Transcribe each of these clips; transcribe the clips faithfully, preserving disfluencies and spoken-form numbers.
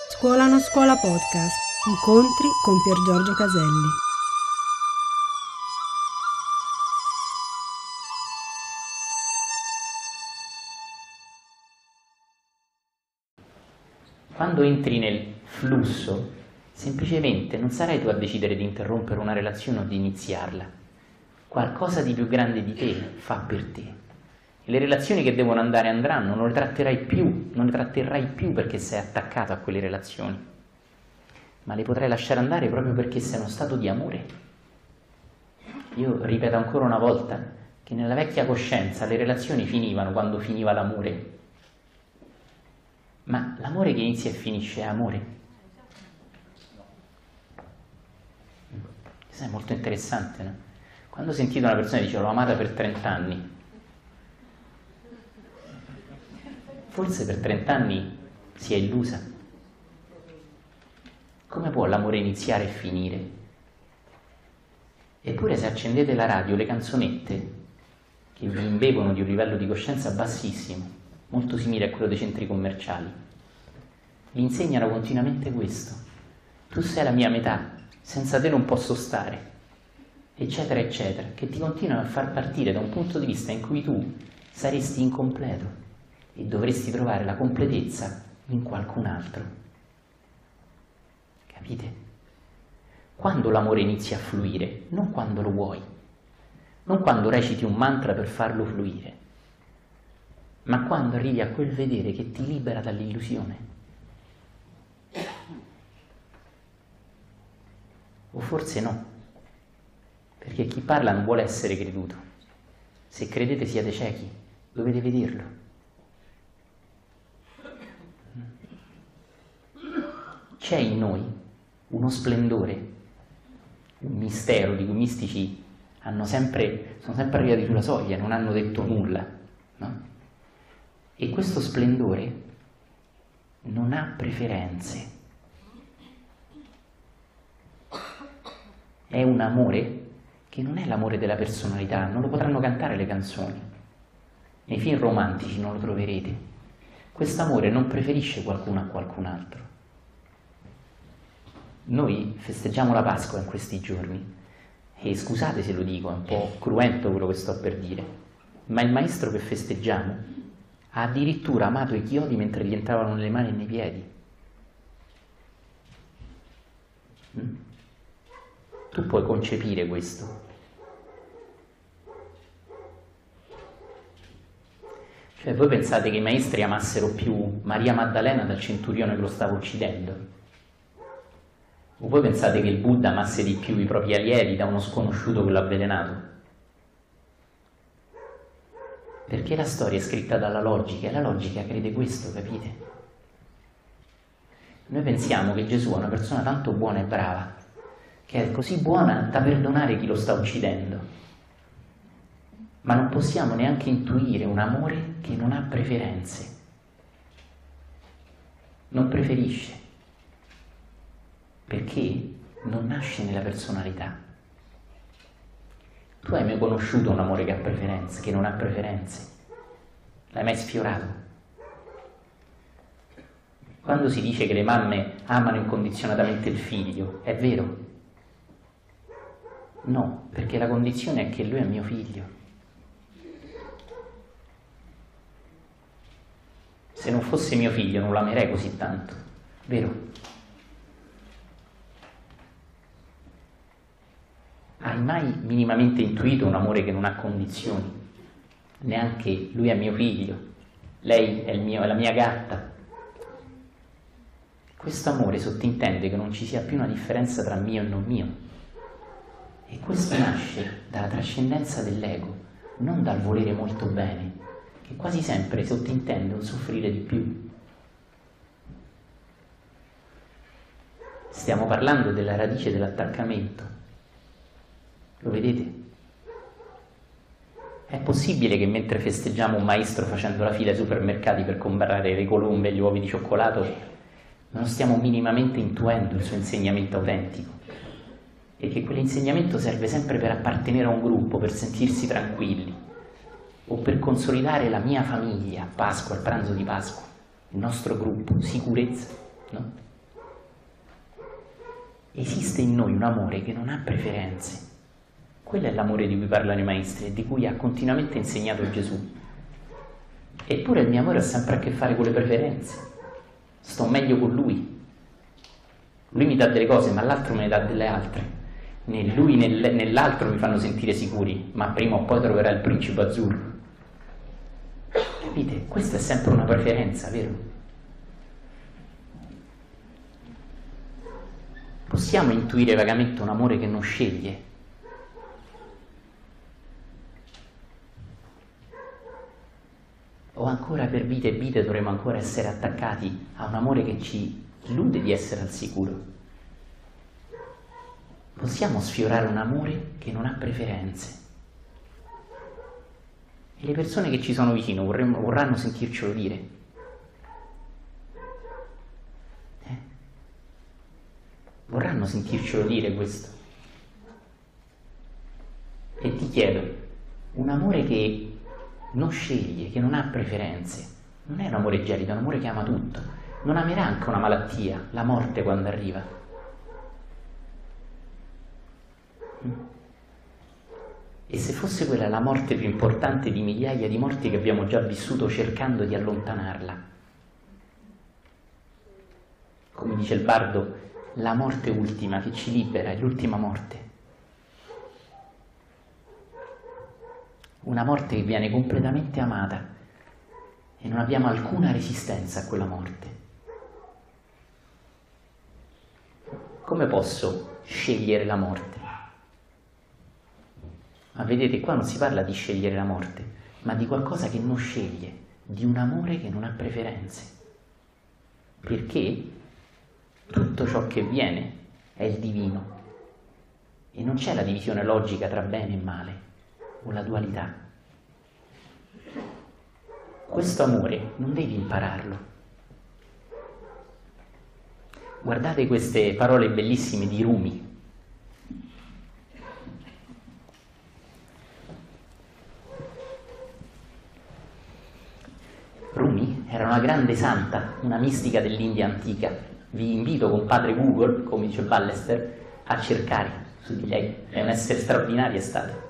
Scuola no scuola podcast. Incontri con Pier Giorgio Caselli. Quando entri nel flusso, semplicemente non sarai tu a decidere di interrompere una relazione o di iniziarla. Qualcosa di più grande di te fa per te. E le relazioni che devono andare andranno, non le tratterai più, non le tratterrai più perché sei attaccato a quelle relazioni, ma le potrai lasciare andare proprio perché sei uno stato di amore. Io ripeto ancora una volta che nella vecchia coscienza le relazioni finivano quando finiva l'amore. Ma l'amore che inizia e finisce è amore. Questo è molto interessante, no? Quando ho sentito una persona che dice l'ho amata per trent'anni, forse per trent'anni si è illusa. Come può l'amore iniziare e finire? Eppure se accendete la radio, le canzonette che vi imbevono di un livello di coscienza bassissimo, molto simile a quello dei centri commerciali, vi insegnano continuamente questo. Tu sei la mia metà, senza te non posso stare, eccetera, eccetera, che ti continuano a far partire da un punto di vista in cui tu saresti incompleto e dovresti trovare la completezza in qualcun altro. Capite? Quando l'amore inizia a fluire, non quando lo vuoi, non quando reciti un mantra per farlo fluire, ma quando arrivi a quel vedere che ti libera dall'illusione. O forse no, perché chi parla non vuole essere creduto. Se credete siete ciechi, dovete vederlo. C'è in noi uno splendore, un mistero di cui i mistici hanno sempre, sono sempre arrivati sulla soglia, non hanno detto nulla, no? E questo splendore non ha preferenze. È un amore che non è l'amore della personalità, non lo potranno cantare le canzoni. Nei film romantici non lo troverete. Questo amore non preferisce qualcuno a qualcun altro. Noi festeggiamo la Pasqua in questi giorni e scusate se lo dico, è un po' cruento quello che sto per dire, ma il maestro che festeggiamo ha addirittura amato i chiodi mentre gli entravano nelle mani e nei piedi. Mm? Tu puoi concepire questo? Cioè voi pensate che i maestri amassero più Maria Maddalena dal centurione che lo stava uccidendo? O voi pensate che il Buddha amasse di più i propri allievi da uno sconosciuto che l'ha avvelenato? Perché la storia è scritta dalla logica e la logica crede questo, capite? Noi pensiamo che Gesù è una persona tanto buona e brava, che è così buona da perdonare chi lo sta uccidendo, ma non possiamo neanche intuire un amore che non ha preferenze, non preferisce, perché non nasce nella personalità. Tu hai mai conosciuto un amore che ha preferenze, che non ha preferenze? L'hai mai sfiorato? Quando si dice che le mamme amano incondizionatamente il figlio, è vero? No, perché la condizione è che lui è mio figlio. Se non fosse mio figlio non l'amerei così tanto, vero? Hai mai minimamente intuito un amore che non ha condizioni? Neanche lui è mio figlio, lei è, il mio, è la mia gatta. Questo amore sottintende che non ci sia più una differenza tra mio e non mio. E questo nasce dalla trascendenza dell'ego, non dal volere molto bene, che quasi sempre sottintende un soffrire di più. Stiamo parlando della radice dell'attaccamento. Lo vedete? È possibile che mentre festeggiamo un maestro facendo la fila ai supermercati per comprare le colombe e gli uovi di cioccolato non stiamo minimamente intuendo il suo insegnamento autentico? E che quell'insegnamento serve sempre per appartenere a un gruppo, per sentirsi tranquilli, o per consolidare la mia famiglia a Pasqua, al pranzo di Pasqua, il nostro gruppo, sicurezza, no? esiste in noi un amore che non ha preferenze. Quello è l'amore di cui parlano i maestri e di cui ha continuamente insegnato Gesù. Eppure il mio amore ha sempre a che fare con le preferenze. Sto meglio con lui. Lui mi dà delle cose, ma l'altro me ne dà delle altre. Né lui né nell'altro mi fanno sentire sicuri, ma prima o poi troverà il principe azzurro. Capite? Questa è sempre una preferenza, vero? Possiamo intuire vagamente un amore che non sceglie? O ancora per vite e vite dovremo ancora essere attaccati a un amore che ci illude di essere al sicuro? Possiamo sfiorare un amore che non ha preferenze? E le persone che ci sono vicino vorremmo, vorranno sentircelo dire. Eh? Vorranno sentircelo dire questo. E ti chiedo, un amore che non sceglie, che non ha preferenze, non è un amore gelido, è un amore che ama tutto. Non amerà anche una malattia, la morte quando arriva. E se fosse quella la morte più importante di migliaia di morti che abbiamo già vissuto cercando di allontanarla? Come dice il bardo, la morte ultima che ci libera è l'ultima morte. Una morte che viene completamente amata e non abbiamo alcuna resistenza a quella morte. Come posso scegliere la morte? Ma vedete, qua non si parla di scegliere la morte, ma di qualcosa che non sceglie, di un amore che non ha preferenze. Perché tutto ciò che viene è il divino e non c'è la divisione logica tra bene e male o la dualità. Questo amore non devi impararlo. Guardate queste parole bellissime di Rumi. Rumi era una grande santa, una mistica dell'India antica. Vi invito con padre Google, come dice Ballester, a cercare su di lei. È un essere straordinario, è stata.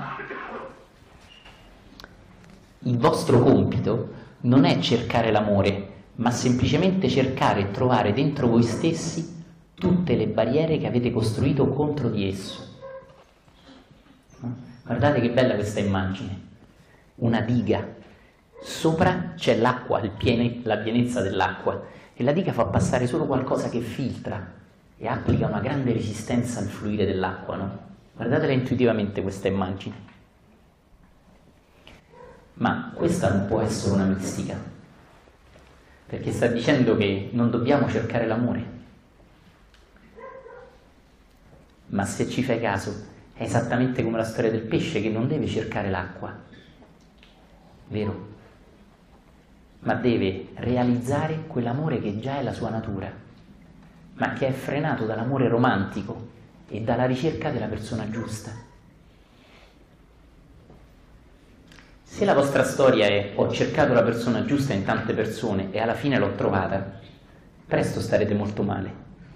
Il vostro compito non è cercare l'amore, ma semplicemente cercare e trovare dentro voi stessi tutte le barriere che avete costruito contro di esso. Guardate che bella questa immagine. Una diga. Sopra c'è l'acqua, il piene, la pienezza dell'acqua, e la diga fa passare solo qualcosa che filtra e applica una grande resistenza al fluire dell'acqua, no? Guardatela intuitivamente questa immagine. Ma questa non può essere una mistica, perché sta dicendo che non dobbiamo cercare l'amore. Ma se ci fai caso, è esattamente come la storia del pesce che non deve cercare l'acqua, vero? Ma deve realizzare quell'amore che già è la sua natura, ma che è frenato dall'amore romantico e dalla ricerca della persona giusta. Se la vostra storia è ho cercato la persona giusta in tante persone e alla fine l'ho trovata, presto starete molto male.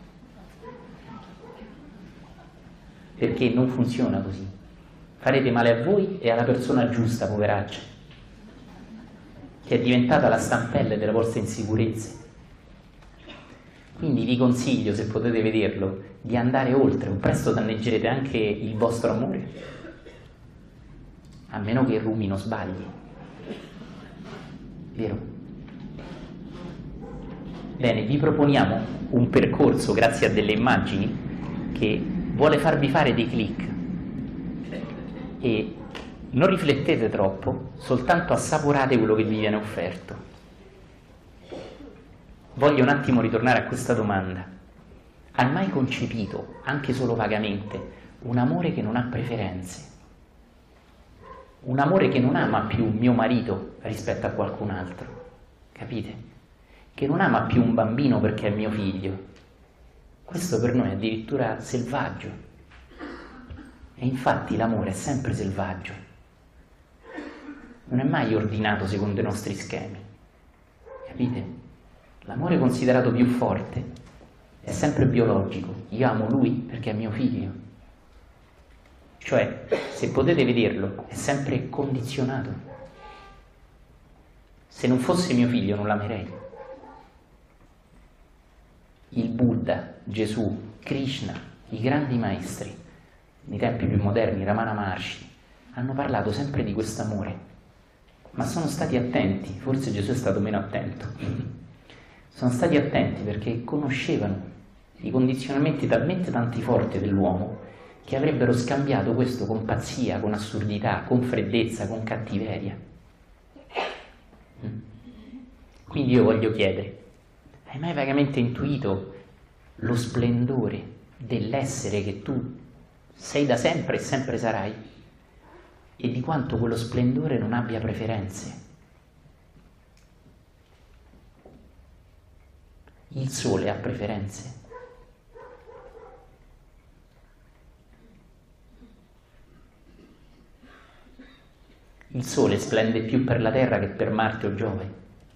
Perché non funziona così. Farete male a voi e alla persona giusta, poveraccia, che è diventata la stampelle delle vostre insicurezze. Quindi vi consiglio, se potete vederlo, di andare oltre, o presto danneggerete anche il vostro amore. A meno che Rumi non sbagli. Vero? Bene, vi proponiamo un percorso, grazie a delle immagini, che vuole farvi fare dei click. E non riflettete troppo, soltanto assaporate quello che vi viene offerto. Voglio un attimo ritornare a questa domanda. Hai mai concepito, anche solo vagamente, un amore che non ha preferenze? Un amore che non ama più mio marito rispetto a qualcun altro, capite? Che non ama più un bambino perché è mio figlio. Questo per noi è addirittura selvaggio. E infatti l'amore è sempre selvaggio. Non è mai ordinato secondo i nostri schemi, capite? L'amore considerato più forte è sempre biologico, io amo lui perché è mio figlio. Cioè, se potete vederlo, è sempre condizionato. Se non fosse mio figlio non l'amerei. Il Buddha, Gesù, Krishna, i grandi maestri, nei tempi più moderni, Ramana Maharshi, hanno parlato sempre di quest'amore, ma sono stati attenti, forse Gesù è stato meno attento, sono stati attenti perché conoscevano i condizionamenti talmente tanti forti dell'uomo che avrebbero scambiato questo con pazzia, con assurdità, con freddezza, con cattiveria. Quindi io voglio chiedere, hai mai vagamente intuito lo splendore dell'essere che tu sei da sempre e sempre sarai? E di quanto quello splendore non abbia preferenze? Il sole ha preferenze? Il sole splende più per la Terra che per Marte o Giove.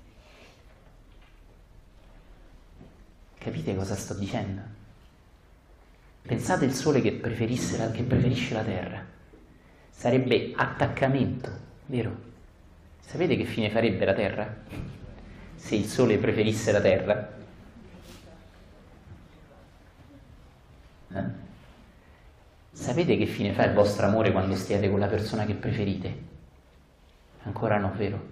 Capite cosa sto dicendo? Pensate il sole che, preferisse la, che preferisce la Terra. Sarebbe attaccamento, vero? Sapete che fine farebbe la Terra? Se il sole preferisse la Terra? Eh? Sapete che fine fa il vostro amore quando stiate con la persona che preferite? Ancora no, vero?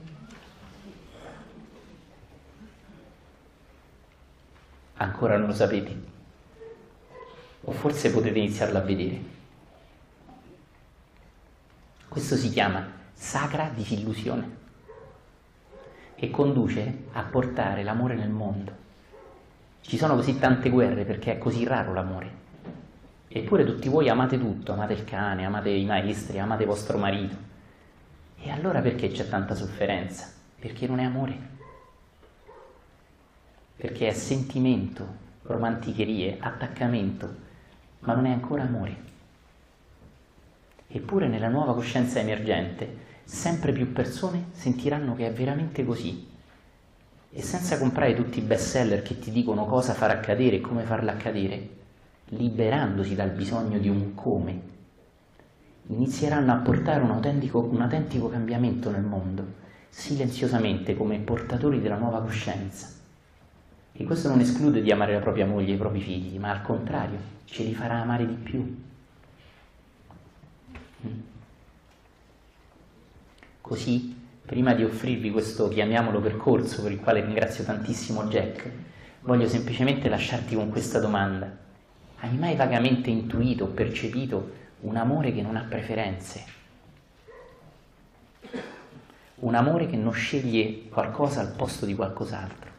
Ancora non lo sapete? O forse potete iniziarlo a vedere. Questo si chiama sacra disillusione e conduce a portare l'amore nel mondo. Ci sono così tante guerre perché è così raro l'amore. Eppure tutti voi amate tutto, amate il cane, amate i maestri, amate vostro marito. E allora perché c'è tanta sofferenza? Perché non è amore. Perché è sentimento, romanticherie, attaccamento, ma non è ancora amore. Eppure nella nuova coscienza emergente sempre più persone sentiranno che è veramente così. E senza comprare tutti i best seller che ti dicono cosa far accadere e come farlo accadere, liberandosi dal bisogno di un come, inizieranno a portare un autentico, un autentico cambiamento nel mondo, silenziosamente come portatori della nuova coscienza. E questo non esclude di amare la propria moglie e i propri figli, ma al contrario, ce li farà amare di più. Così, prima di offrirvi questo, chiamiamolo, percorso, per il quale ringrazio tantissimo Jack, voglio semplicemente lasciarti con questa domanda. Hai mai vagamente intuito o percepito un amore che non ha preferenze? Un amore che non sceglie qualcosa al posto di qualcos'altro?